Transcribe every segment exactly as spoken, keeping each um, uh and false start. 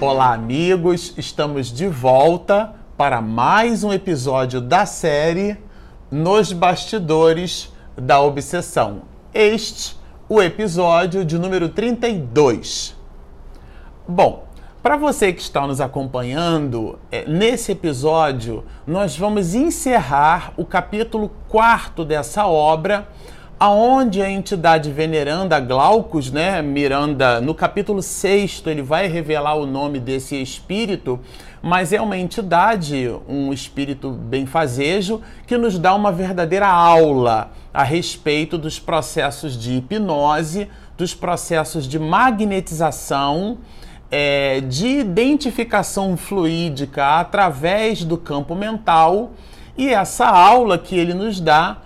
Olá, amigos! Estamos de volta para mais um episódio da série Nos Bastidores da Obsessão. Este, o episódio de número trinta e dois. Bom, para você que está nos acompanhando, nesse episódio nós vamos encerrar o capítulo quarto dessa obra, aonde a entidade veneranda Glaucus, né, Miranda, no capítulo sexto, ele vai revelar o nome desse espírito, mas é uma entidade, um espírito benfazejo, que nos dá uma verdadeira aula a respeito dos processos de hipnose, dos processos de magnetização, é, de identificação fluídica através do campo mental, e essa aula que ele nos dá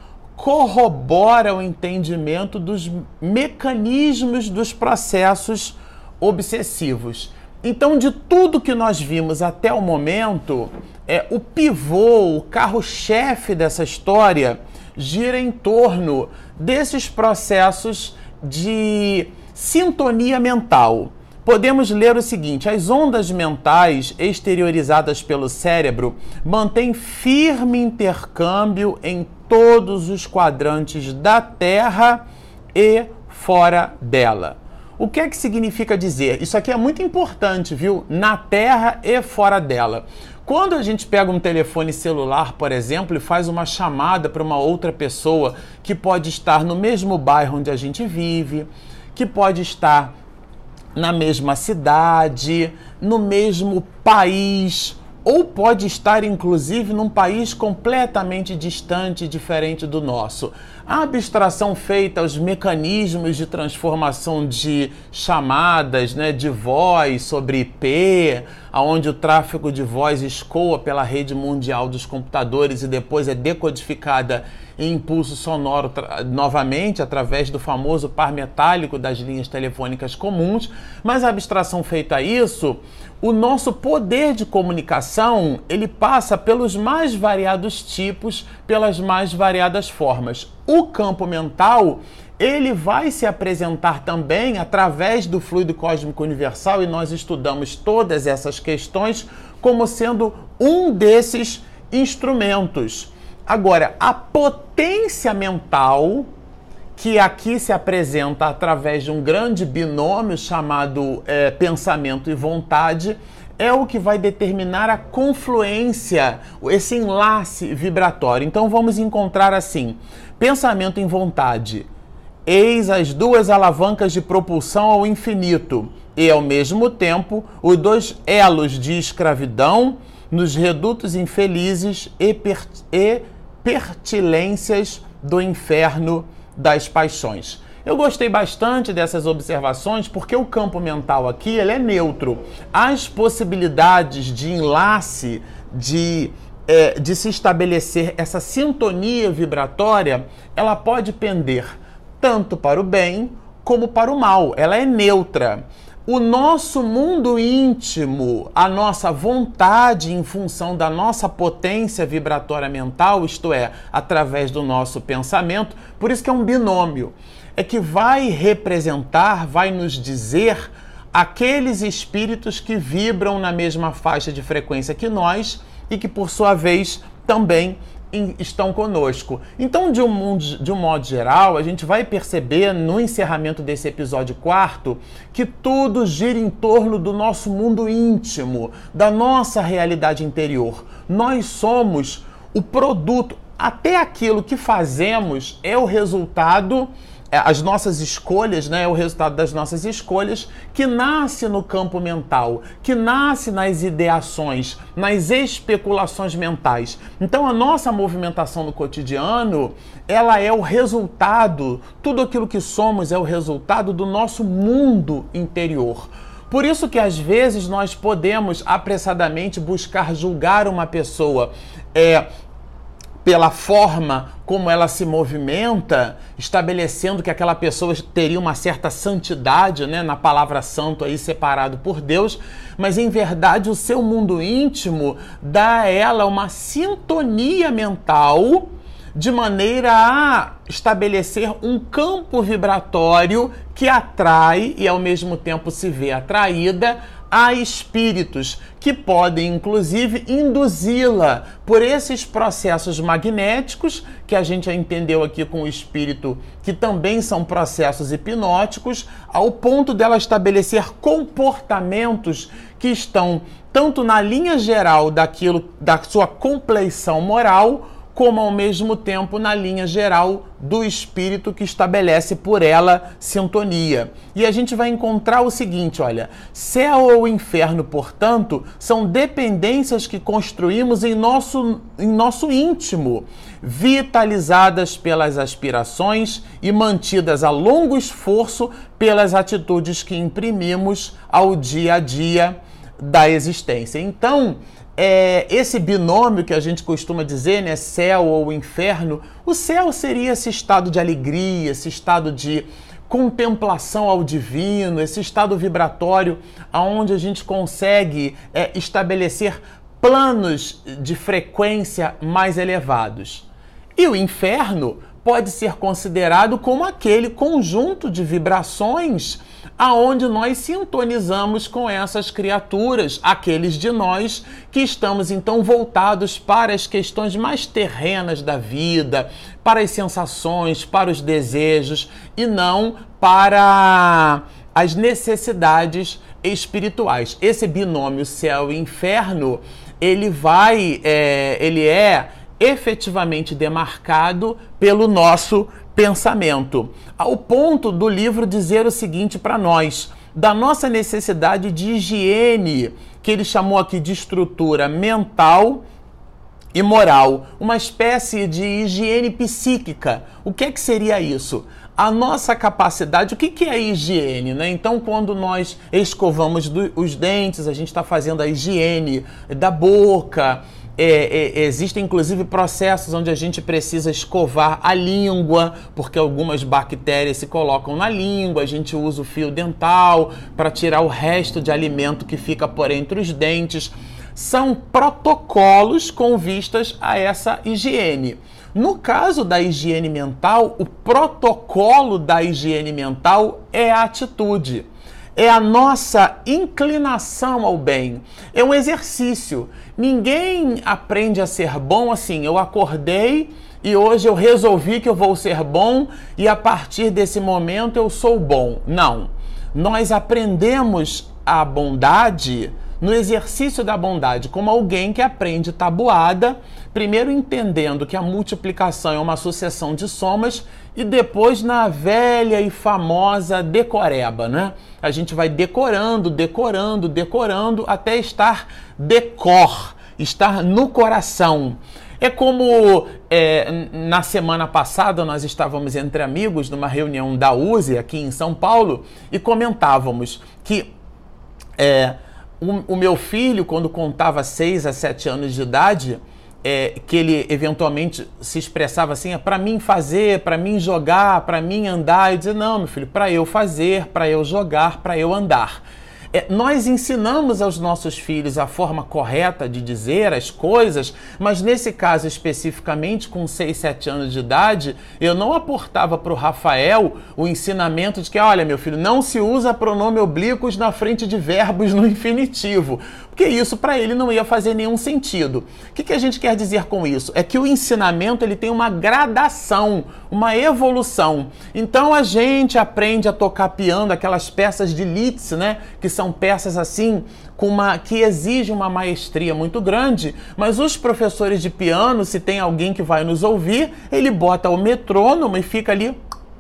corrobora o entendimento dos mecanismos dos processos obsessivos. Então, de tudo que nós vimos até o momento, é, o pivô, o carro-chefe dessa história gira em torno desses processos de sintonia mental. Podemos ler o seguinte: as ondas mentais exteriorizadas pelo cérebro mantêm firme intercâmbio em todos os quadrantes da Terra e fora dela. O que é que significa dizer? Isso aqui é muito importante, viu? Na Terra e fora dela. Quando a gente pega um telefone celular, por exemplo, e faz uma chamada para uma outra pessoa que pode estar no mesmo bairro onde a gente vive, que pode estar na mesma cidade, no mesmo país, ou pode estar, inclusive, num país completamente distante e diferente do nosso. A abstração feita aos mecanismos de transformação de chamadas, né, de voz sobre I P, onde o tráfego de voz escoa pela rede mundial dos computadores e depois é decodificada em impulso sonoro novamente através do famoso par metálico das linhas telefônicas comuns. Mas a abstração feita a isso, o nosso poder de comunicação, ele passa pelos mais variados tipos, pelas mais variadas formas. O campo mental, ele vai se apresentar também através do fluido cósmico universal, e nós estudamos todas essas questões como sendo um desses instrumentos. Agora, a potência mental, que aqui se apresenta através de um grande binômio chamado é, pensamento e vontade, é o que vai determinar a confluência, esse enlace vibratório. Então vamos encontrar assim: pensamento em vontade, eis as duas alavancas de propulsão ao infinito, e ao mesmo tempo os dois elos de escravidão nos redutos infelizes e, per e pertilências do inferno das paixões. Eu gostei bastante dessas observações porque o campo mental aqui ele é neutro. As possibilidades de enlace, de, é, de se estabelecer essa sintonia vibratória, ela pode pender tanto para o bem como para o mal. Ela é neutra. O nosso mundo íntimo, a nossa vontade em função da nossa potência vibratória mental, isto é, através do nosso pensamento, por isso que é um binômio, é que vai representar, vai nos dizer aqueles espíritos que vibram na mesma faixa de frequência que nós e que, por sua vez, também estão conosco. Então, de um, de um modo geral, a gente vai perceber no encerramento desse episódio quarto que tudo gira em torno do nosso mundo íntimo, da nossa realidade interior. Nós somos o produto, até aquilo que fazemos é o resultado, as nossas escolhas, né, é o resultado das nossas escolhas, que nasce no campo mental, que nasce nas ideações, nas especulações mentais. Então a nossa movimentação no cotidiano, ela é o resultado, tudo aquilo que somos é o resultado do nosso mundo interior. Por isso que às vezes nós podemos apressadamente buscar julgar uma pessoa, é, pela forma como ela se movimenta, estabelecendo que aquela pessoa teria uma certa santidade, né, na palavra santo aí separado por Deus, mas em verdade o seu mundo íntimo dá a ela uma sintonia mental de maneira a estabelecer um campo vibratório que atrai e ao mesmo tempo se vê atraída há espíritos que podem, inclusive, induzi-la por esses processos magnéticos, que a gente já entendeu aqui com o espírito, que também são processos hipnóticos, ao ponto dela estabelecer comportamentos que estão tanto na linha geral daquilo, da sua compleição moral, como ao mesmo tempo na linha geral do espírito que estabelece por ela sintonia. E a gente vai encontrar o seguinte, olha, céu ou inferno, portanto, são dependências que construímos em nosso, em nosso íntimo, vitalizadas pelas aspirações e mantidas a longo esforço pelas atitudes que imprimimos ao dia a dia da existência. Então, É, esse binômio que a gente costuma dizer, né, céu ou inferno, o céu seria esse estado de alegria, esse estado de contemplação ao divino, esse estado vibratório onde a gente consegue é, estabelecer planos de frequência mais elevados. E o inferno pode ser considerado como aquele conjunto de vibrações aonde nós sintonizamos com essas criaturas, aqueles de nós que estamos então voltados para as questões mais terrenas da vida, para as sensações, para os desejos e não para as necessidades espirituais. Esse binômio céu e inferno, ele vai, é, ele é efetivamente demarcado pelo nosso pensamento, ao ponto do livro dizer o seguinte para nós, da nossa necessidade de higiene, que ele chamou aqui de estrutura mental e moral, uma espécie de higiene psíquica. O que é que seria isso? A nossa capacidade, o que que é a higiene, né? Então, quando nós escovamos do, os dentes, a gente está fazendo a higiene da boca. É, é, existem inclusive processos onde a gente precisa escovar a língua, porque algumas bactérias se colocam na língua, a gente usa o fio dental para tirar o resto de alimento que fica por entre os dentes. São protocolos com vistas a essa higiene. No caso da higiene mental, o protocolo da higiene mental é a atitude. É a nossa inclinação ao bem. É um exercício. Ninguém aprende a ser bom assim. Eu acordei e hoje eu resolvi que eu vou ser bom e a partir desse momento eu sou bom. Não. Nós aprendemos a bondade no exercício da bondade, como alguém que aprende tabuada, primeiro entendendo que a multiplicação é uma sucessão de somas e depois na velha e famosa decoreba, né? A gente vai decorando, decorando, decorando até estar decor, estar no coração. É como é, na semana passada nós estávamos entre amigos numa reunião da U S E aqui em São Paulo e comentávamos que é, o, o meu filho, quando contava seis a sete anos de idade, é, que ele eventualmente se expressava assim, é para mim fazer, para mim jogar, para mim andar. Eu dizia, não, meu filho, para eu fazer, para eu jogar, para eu andar. É, nós ensinamos aos nossos filhos a forma correta de dizer as coisas, mas nesse caso especificamente, com seis, sete anos de idade, eu não aportava para o Rafael o ensinamento de que, olha, meu filho, não se usa pronome oblíquos na frente de verbos no infinitivo, porque isso para ele não ia fazer nenhum sentido. O que, que a gente quer dizer com isso? É que o ensinamento ele tem uma gradação, uma evolução. Então a gente aprende a tocar piano, aquelas peças de Liszt, né, que são peças assim com uma, que exigem uma maestria muito grande, mas os professores de piano, se tem alguém que vai nos ouvir, ele bota o metrônomo e fica ali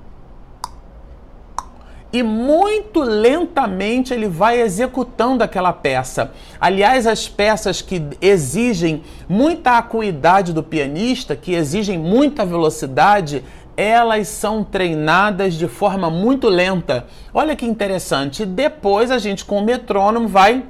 e muito lentamente ele vai executando aquela peça. Aliás, as peças que exigem muita acuidade do pianista, que exigem muita velocidade, elas são treinadas de forma muito lenta. Olha que interessante. Depois a gente com o metrônomo vai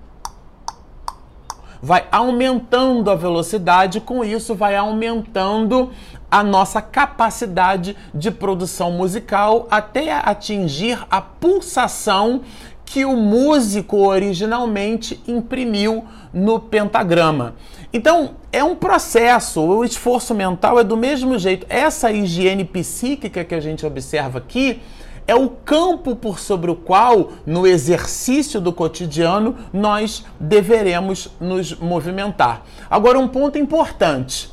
vai aumentando a velocidade, com isso vai aumentando a nossa capacidade de produção musical até atingir a pulsação que o músico originalmente imprimiu no pentagrama. Então, é um processo, o esforço mental é do mesmo jeito. Essa higiene psíquica que a gente observa aqui é o campo por sobre o qual, no exercício do cotidiano, nós deveremos nos movimentar. Agora, um ponto importante.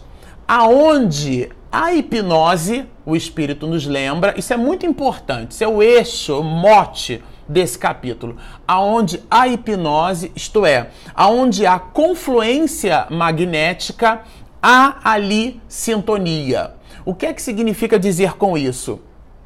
Aonde a hipnose, o espírito nos lembra, isso é muito importante, isso é o eixo, o mote desse capítulo, aonde a hipnose, isto é, aonde há confluência magnética, há ali sintonia. O que é que significa dizer com isso?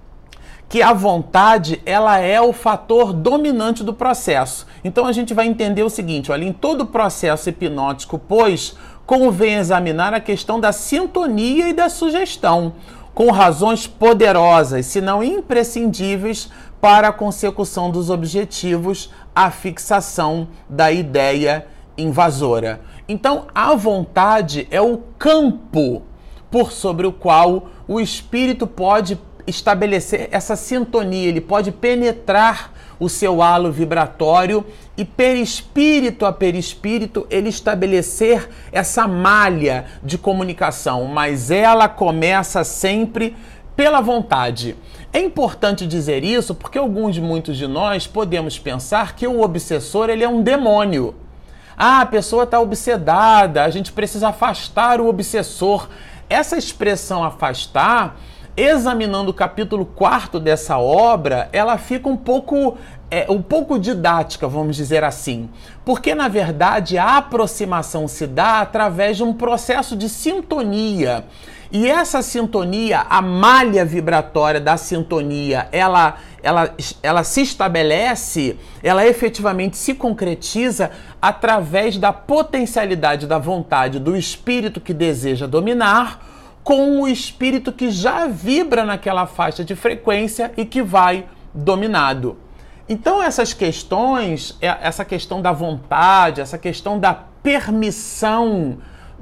Que a vontade, ela é o fator dominante do processo. Então a gente vai entender o seguinte, olha, em todo o processo hipnótico, pois, convém examinar a questão da sintonia e da sugestão, com razões poderosas, se não imprescindíveis, para a consecução dos objetivos, a fixação da ideia invasora. Então, a vontade é o campo por sobre o qual o espírito pode estabelecer essa sintonia, ele pode penetrar o seu halo vibratório e perispírito a perispírito ele estabelecer essa malha de comunicação, mas ela começa sempre pela vontade. É importante dizer isso porque alguns, muitos de nós podemos pensar que o obsessor ele é um demônio. Ah, a pessoa está obsedada, a gente precisa afastar o obsessor. Essa expressão afastar, examinando o capítulo quarto dessa obra, ela fica um pouco, é, um pouco didática, vamos dizer assim. Porque, na verdade, a aproximação se dá através de um processo de sintonia. E essa sintonia, a malha vibratória da sintonia, ela, ela, ela se estabelece, ela efetivamente se concretiza através da potencialidade da vontade do espírito que deseja dominar com o espírito que já vibra naquela faixa de frequência e que vai dominado. Então essas questões, essa questão da vontade, essa questão da permissão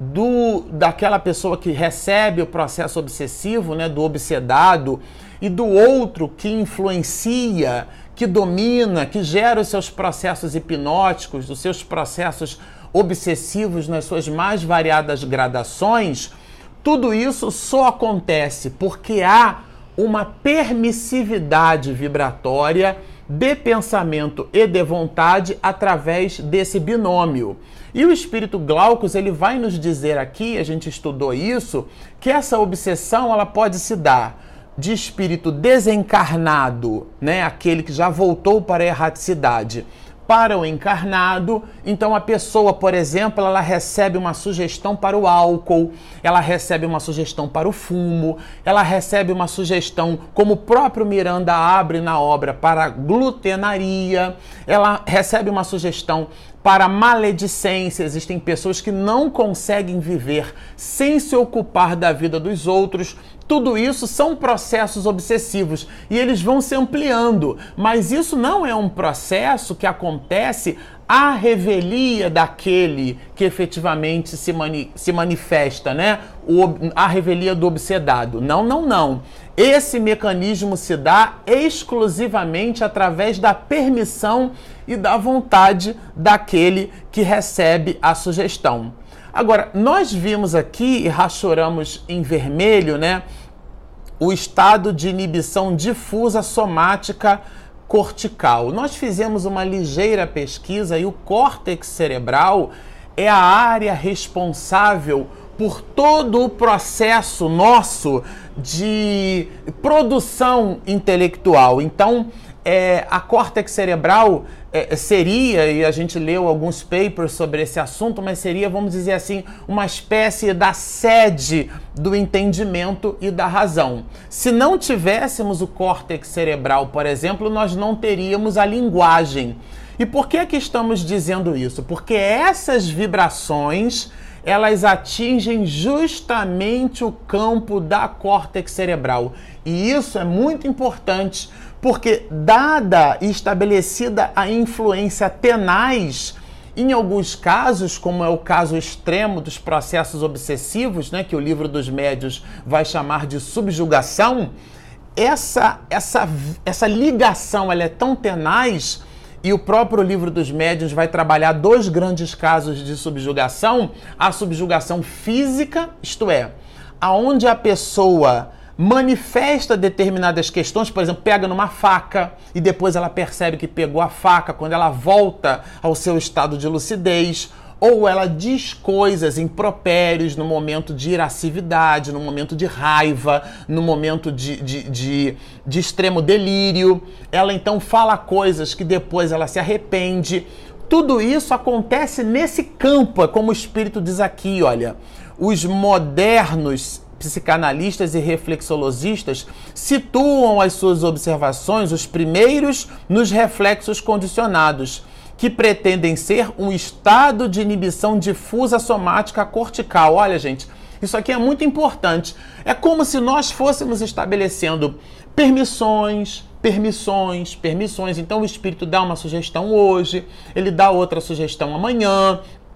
do, daquela pessoa que recebe o processo obsessivo, né, do obsedado, e do outro que influencia, que domina, que gera os seus processos hipnóticos, os seus processos obsessivos nas suas mais variadas gradações, tudo isso só acontece porque há uma permissividade vibratória de pensamento e de vontade através desse binômio. E o espírito Glaucus, ele vai nos dizer aqui, a gente estudou isso, que essa obsessão ela pode se dar de espírito desencarnado, né, aquele que já voltou para a erraticidade, para o encarnado. Então a pessoa, por exemplo, ela recebe uma sugestão para o álcool, ela recebe uma sugestão para o fumo, ela recebe uma sugestão, como o próprio Miranda abre na obra, para a glutenaria, ela recebe uma sugestão para maledicência. Existem pessoas que não conseguem viver sem se ocupar da vida dos outros. Tudo isso são processos obsessivos e eles vão se ampliando, mas isso não é um processo que acontece à revelia daquele que efetivamente se, mani se manifesta, né? O, a revelia do obsedado. Não, não, não. Esse mecanismo se dá exclusivamente através da permissão e da vontade daquele que recebe a sugestão. Agora, nós vimos aqui e rachoramos em vermelho, né, o estado de inibição difusa somática cortical. Nós fizemos uma ligeira pesquisa e o córtex cerebral é a área responsável por todo o processo nosso de produção intelectual. Então, é, a córtex cerebral é, seria, e a gente leu alguns papers sobre esse assunto, mas seria, vamos dizer assim, uma espécie da sede do entendimento e da razão. Se não tivéssemos o córtex cerebral, por exemplo, nós não teríamos a linguagem. E por que que estamos dizendo isso? Porque essas vibrações, elas atingem justamente o campo da córtex cerebral. E isso é muito importante, porque dada e estabelecida a influência tenaz, em alguns casos, como é o caso extremo dos processos obsessivos, né, que o Livro dos Médiuns vai chamar de subjugação, essa, essa, essa ligação ela é tão tenaz. E o próprio Livro dos Médiuns vai trabalhar dois grandes casos de subjugação. A subjugação física, isto é, aonde a pessoa manifesta determinadas questões, por exemplo, pega numa faca e depois ela percebe que pegou a faca quando ela volta ao seu estado de lucidez, ou ela diz coisas impropérios no momento de irascividade, no momento de raiva, no momento de, de, de, de extremo delírio. Ela então fala coisas que depois ela se arrepende. Tudo isso acontece nesse campo, é como o espírito diz aqui, olha, os modernos psicanalistas e reflexologistas situam as suas observações, os primeiros, nos reflexos condicionados, que pretendem ser um estado de inibição difusa somática cortical. Olha, gente, isso aqui é muito importante. É como se nós fôssemos estabelecendo permissões, permissões, permissões. Então o espírito dá uma sugestão hoje, ele dá outra sugestão amanhã.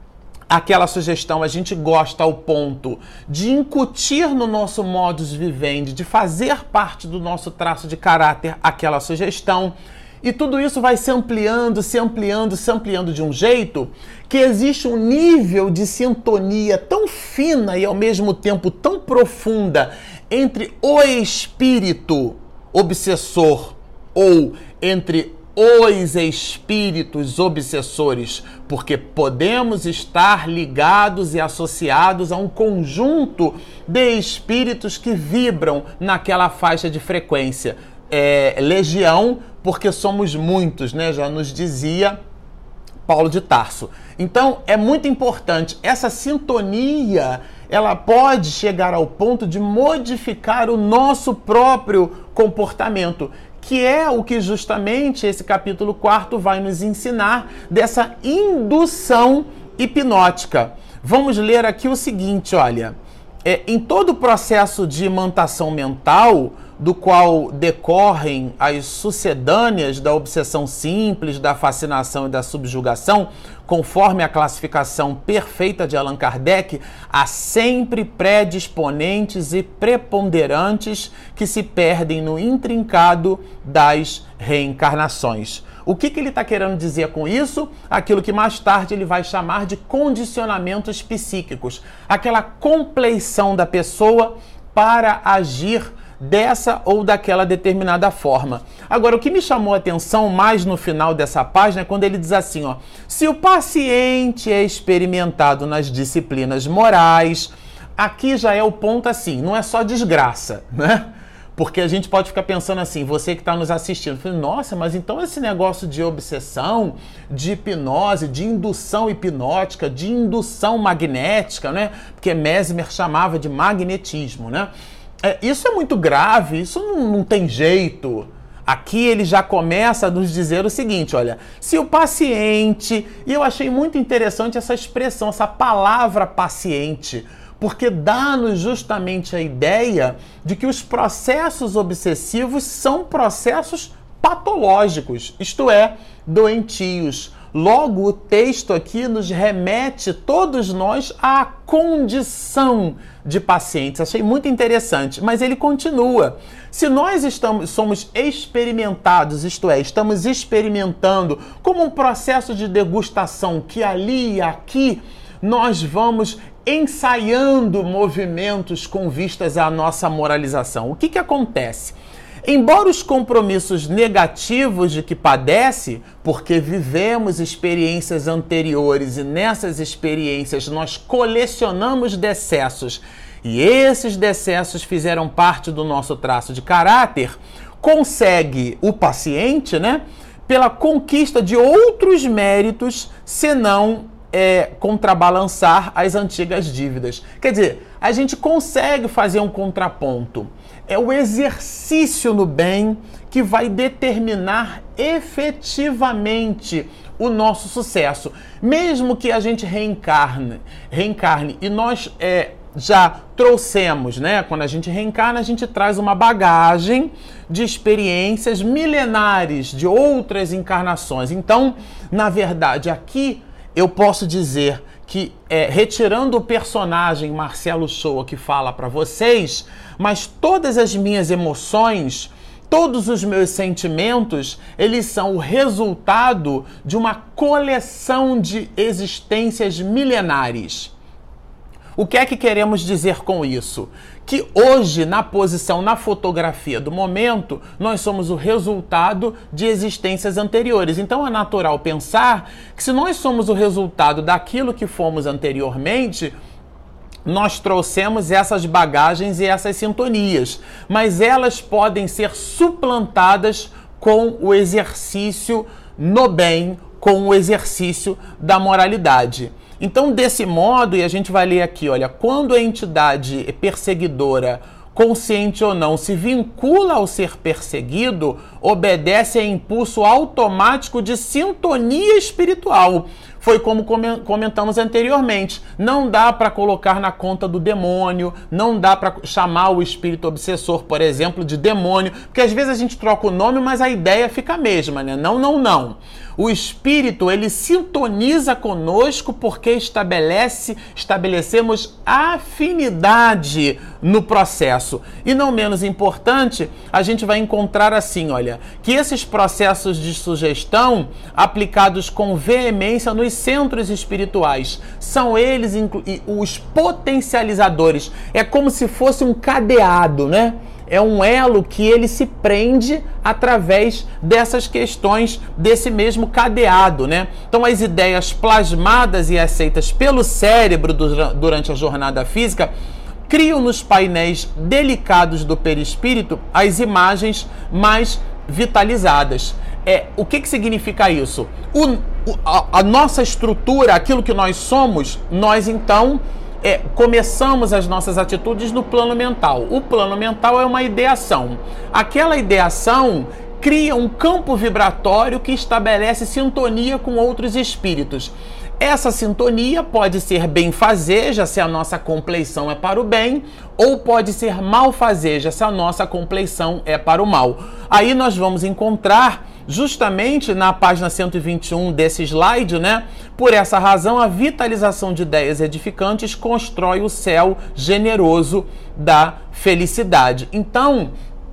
Aquela sugestão a gente gosta ao ponto de incutir no nosso modus vivendi, de fazer parte do nosso traço de caráter aquela sugestão. E tudo isso vai se ampliando, se ampliando, se ampliando de um jeito que existe um nível de sintonia tão fina e ao mesmo tempo tão profunda entre o espírito obsessor ou entre os espíritos obsessores, porque podemos estar ligados e associados a um conjunto de espíritos que vibram naquela faixa de frequência. É, legião, porque somos muitos, né? Já nos dizia Paulo de Tarso. Então, é muito importante. Essa sintonia, ela pode chegar ao ponto de modificar o nosso próprio comportamento, que é o que justamente esse capítulo quarto vai nos ensinar dessa indução hipnótica. Vamos ler aqui o seguinte, olha. É, em todo o processo de imantação mental, do qual decorrem as sucedâneas da obsessão simples, da fascinação e da subjugação, conforme a classificação perfeita de Allan Kardec, há sempre predisponentes e preponderantes que se perdem no intrincado das reencarnações. O que, que ele está querendo dizer com isso? Aquilo que mais tarde ele vai chamar de condicionamentos psíquicos. Aquela compleição da pessoa para agir dessa ou daquela determinada forma. Agora, o que me chamou a atenção mais no final dessa página é quando ele diz assim, ó, se o paciente é experimentado nas disciplinas morais, aqui já é o ponto assim, não é só desgraça, né? Porque a gente pode ficar pensando assim, você que está nos assistindo, nossa, mas então esse negócio de obsessão, de hipnose, de indução hipnótica, de indução magnética, né? Porque Mesmer chamava de magnetismo, né? É, isso é muito grave, isso não, não tem jeito. Aqui ele já começa a nos dizer o seguinte, olha, se o paciente, e eu achei muito interessante essa expressão, essa palavra paciente, porque dá-nos justamente a ideia de que os processos obsessivos são processos patológicos, isto é, doentios. Logo, o texto aqui nos remete, todos nós, à condição de pacientes. Achei muito interessante, mas ele continua. Se nós estamos, somos experimentados, isto é, estamos experimentando como um processo de degustação que ali e aqui nós vamos ensaiando movimentos com vistas à nossa moralização. O que que acontece? Embora os compromissos negativos de que padece, porque vivemos experiências anteriores e nessas experiências nós colecionamos decessos e esses decessos fizeram parte do nosso traço de caráter, consegue o paciente, né, pela conquista de outros méritos, senão é, contrabalançar as antigas dívidas. Quer dizer, a gente consegue fazer um contraponto. É o exercício no bem que vai determinar efetivamente o nosso sucesso. Mesmo que a gente reencarne, reencarne e nós é, já trouxemos, né? Quando a gente reencarna, a gente traz uma bagagem de experiências milenares de outras encarnações. Então, na verdade, aqui eu posso dizer que, é, retirando o personagem Marcelo Shoa que fala para vocês, mas todas as minhas emoções, todos os meus sentimentos, eles são o resultado de uma coleção de existências milenares. O que é que queremos dizer com isso? Que hoje, na posição, na fotografia do momento, nós somos o resultado de existências anteriores. Então é natural pensar que se nós somos o resultado daquilo que fomos anteriormente, nós trouxemos essas bagagens e essas sintonias, mas elas podem ser suplantadas com o exercício no bem, com o exercício da moralidade. Então, desse modo, e a gente vai ler aqui, olha, quando a entidade perseguidora, consciente ou não, se vincula ao ser perseguido, obedece a impulso automático de sintonia espiritual. Foi como comentamos anteriormente, não dá para colocar na conta do demônio, não dá para chamar o espírito obsessor, por exemplo, de demônio, porque às vezes a gente troca o nome, mas a ideia fica a mesma, né? Não, não, não. O espírito, ele sintoniza conosco porque estabelece, estabelecemos afinidade no processo. E não menos importante, a gente vai encontrar assim, olha, que esses processos de sugestão aplicados com veemência nos centros espirituais, são eles os potencializadores. É como se fosse um cadeado, né? É um elo que ele se prende através dessas questões, desse mesmo cadeado, né? Então, as ideias plasmadas e aceitas pelo cérebro durante a jornada física criam nos painéis delicados do perispírito as imagens mais vitalizadas. É, o que, que significa isso? O, o, a, a nossa estrutura, aquilo que nós somos, nós então é, começamos as nossas atitudes no plano mental. O plano mental é uma ideação. Aquela ideação cria um campo vibratório que estabelece sintonia com outros espíritos. Essa sintonia pode ser benfazeja, se a nossa compleição é para o bem, ou pode ser malfazeja, se a nossa compleição é para o mal. Aí nós vamos encontrar, justamente na página cento e vinte e um desse slide, né? Por essa razão, a vitalização de ideias edificantes constrói o céu generoso da felicidade. Então,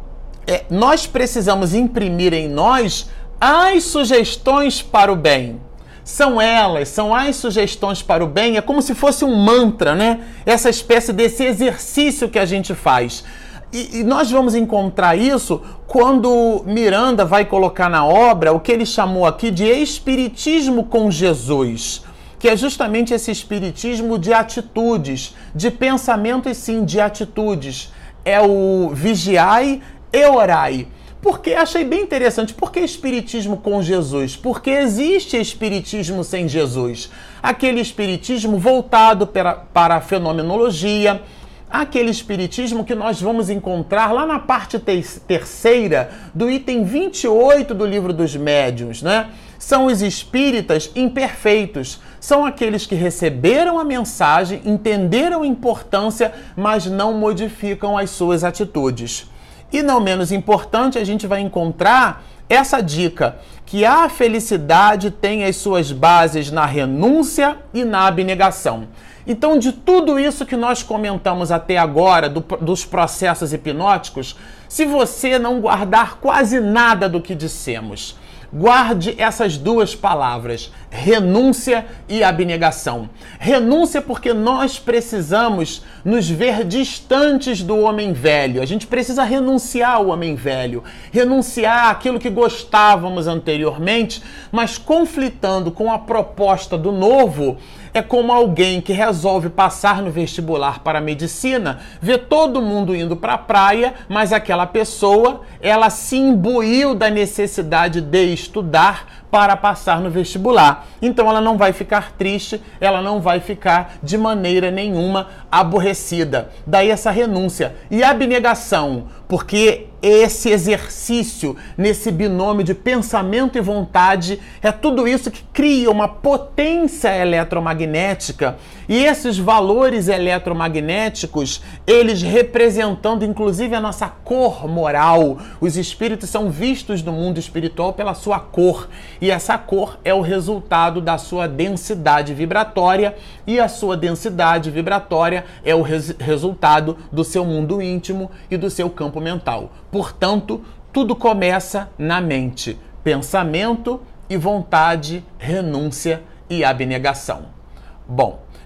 é, nós precisamos imprimir em nós as sugestões para o bem. São elas, são as sugestões para o bem, é como se fosse um mantra, né? Essa espécie desse exercício que a gente faz. E, e nós vamos encontrar isso quando Miranda vai colocar na obra o que ele chamou aqui de espiritismo com Jesus, que é justamente esse espiritismo de atitudes, de pensamento e sim de atitudes. É o vigiai e orai. Porque achei bem interessante. Por que espiritismo com Jesus? Porque existe espiritismo sem Jesus. Aquele espiritismo voltado para, para a fenomenologia, aquele espiritismo que nós vamos encontrar lá na parte te- terceira do item vinte e oito do Livro dos Médiuns, né? São os espíritas imperfeitos. São aqueles que receberam a mensagem, entenderam a importância, mas não modificam as suas atitudes. E não menos importante, a gente vai encontrar essa dica, que a felicidade tem as suas bases na renúncia e na abnegação. Então, de tudo isso que nós comentamos até agora, do, dos processos hipnóticos, se você não guardar quase nada do que dissemos, guarde essas duas palavras, renúncia e abnegação. Renúncia porque nós precisamos nos ver distantes do homem velho. A gente precisa renunciar ao homem velho, renunciar àquilo que gostávamos anteriormente, mas conflitando com a proposta do novo. É como alguém que resolve passar no vestibular para a medicina, vê todo mundo indo para a praia, mas aquela pessoa, ela se imbuiu da necessidade de estudar para passar no vestibular. Então ela não vai ficar triste, ela não vai ficar de maneira nenhuma aborrecida. Daí essa renúncia. E a abnegação, porque esse exercício nesse binômio de pensamento e vontade é tudo isso que cria uma potência eletromagnética, e esses valores eletromagnéticos, eles representando inclusive a nossa cor moral. Os espíritos são vistos no mundo espiritual pela sua cor, e essa cor é o resultado da sua densidade vibratória, e a sua densidade vibratória é o res- resultado do seu mundo íntimo e do seu campo mental. Portanto, tudo começa na mente. Pensamento e vontade, renúncia e abnegação. Bom,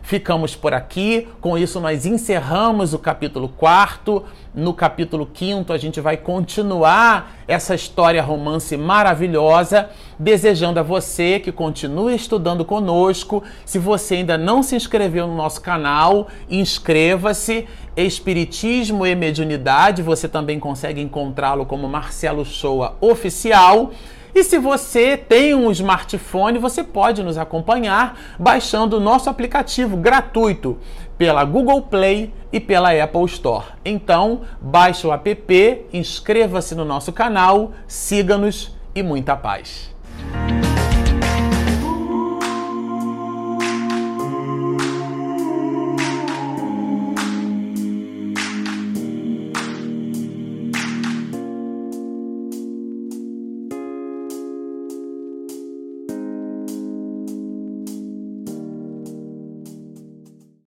ficamos por aqui. Com isso, nós encerramos o capítulo quarto. No capítulo quinto, a gente vai continuar essa história romance maravilhosa, desejando a você que continue estudando conosco. Se você ainda não se inscreveu no nosso canal, inscreva-se. Espiritismo e Mediunidade, você também consegue encontrá-lo como Marcelo Shoa Oficial. E se você tem um smartphone, você pode nos acompanhar baixando o nosso aplicativo gratuito pela Google Play e pela Apple Store. Então, baixe o app, inscreva-se no nosso canal, siga-nos e muita paz.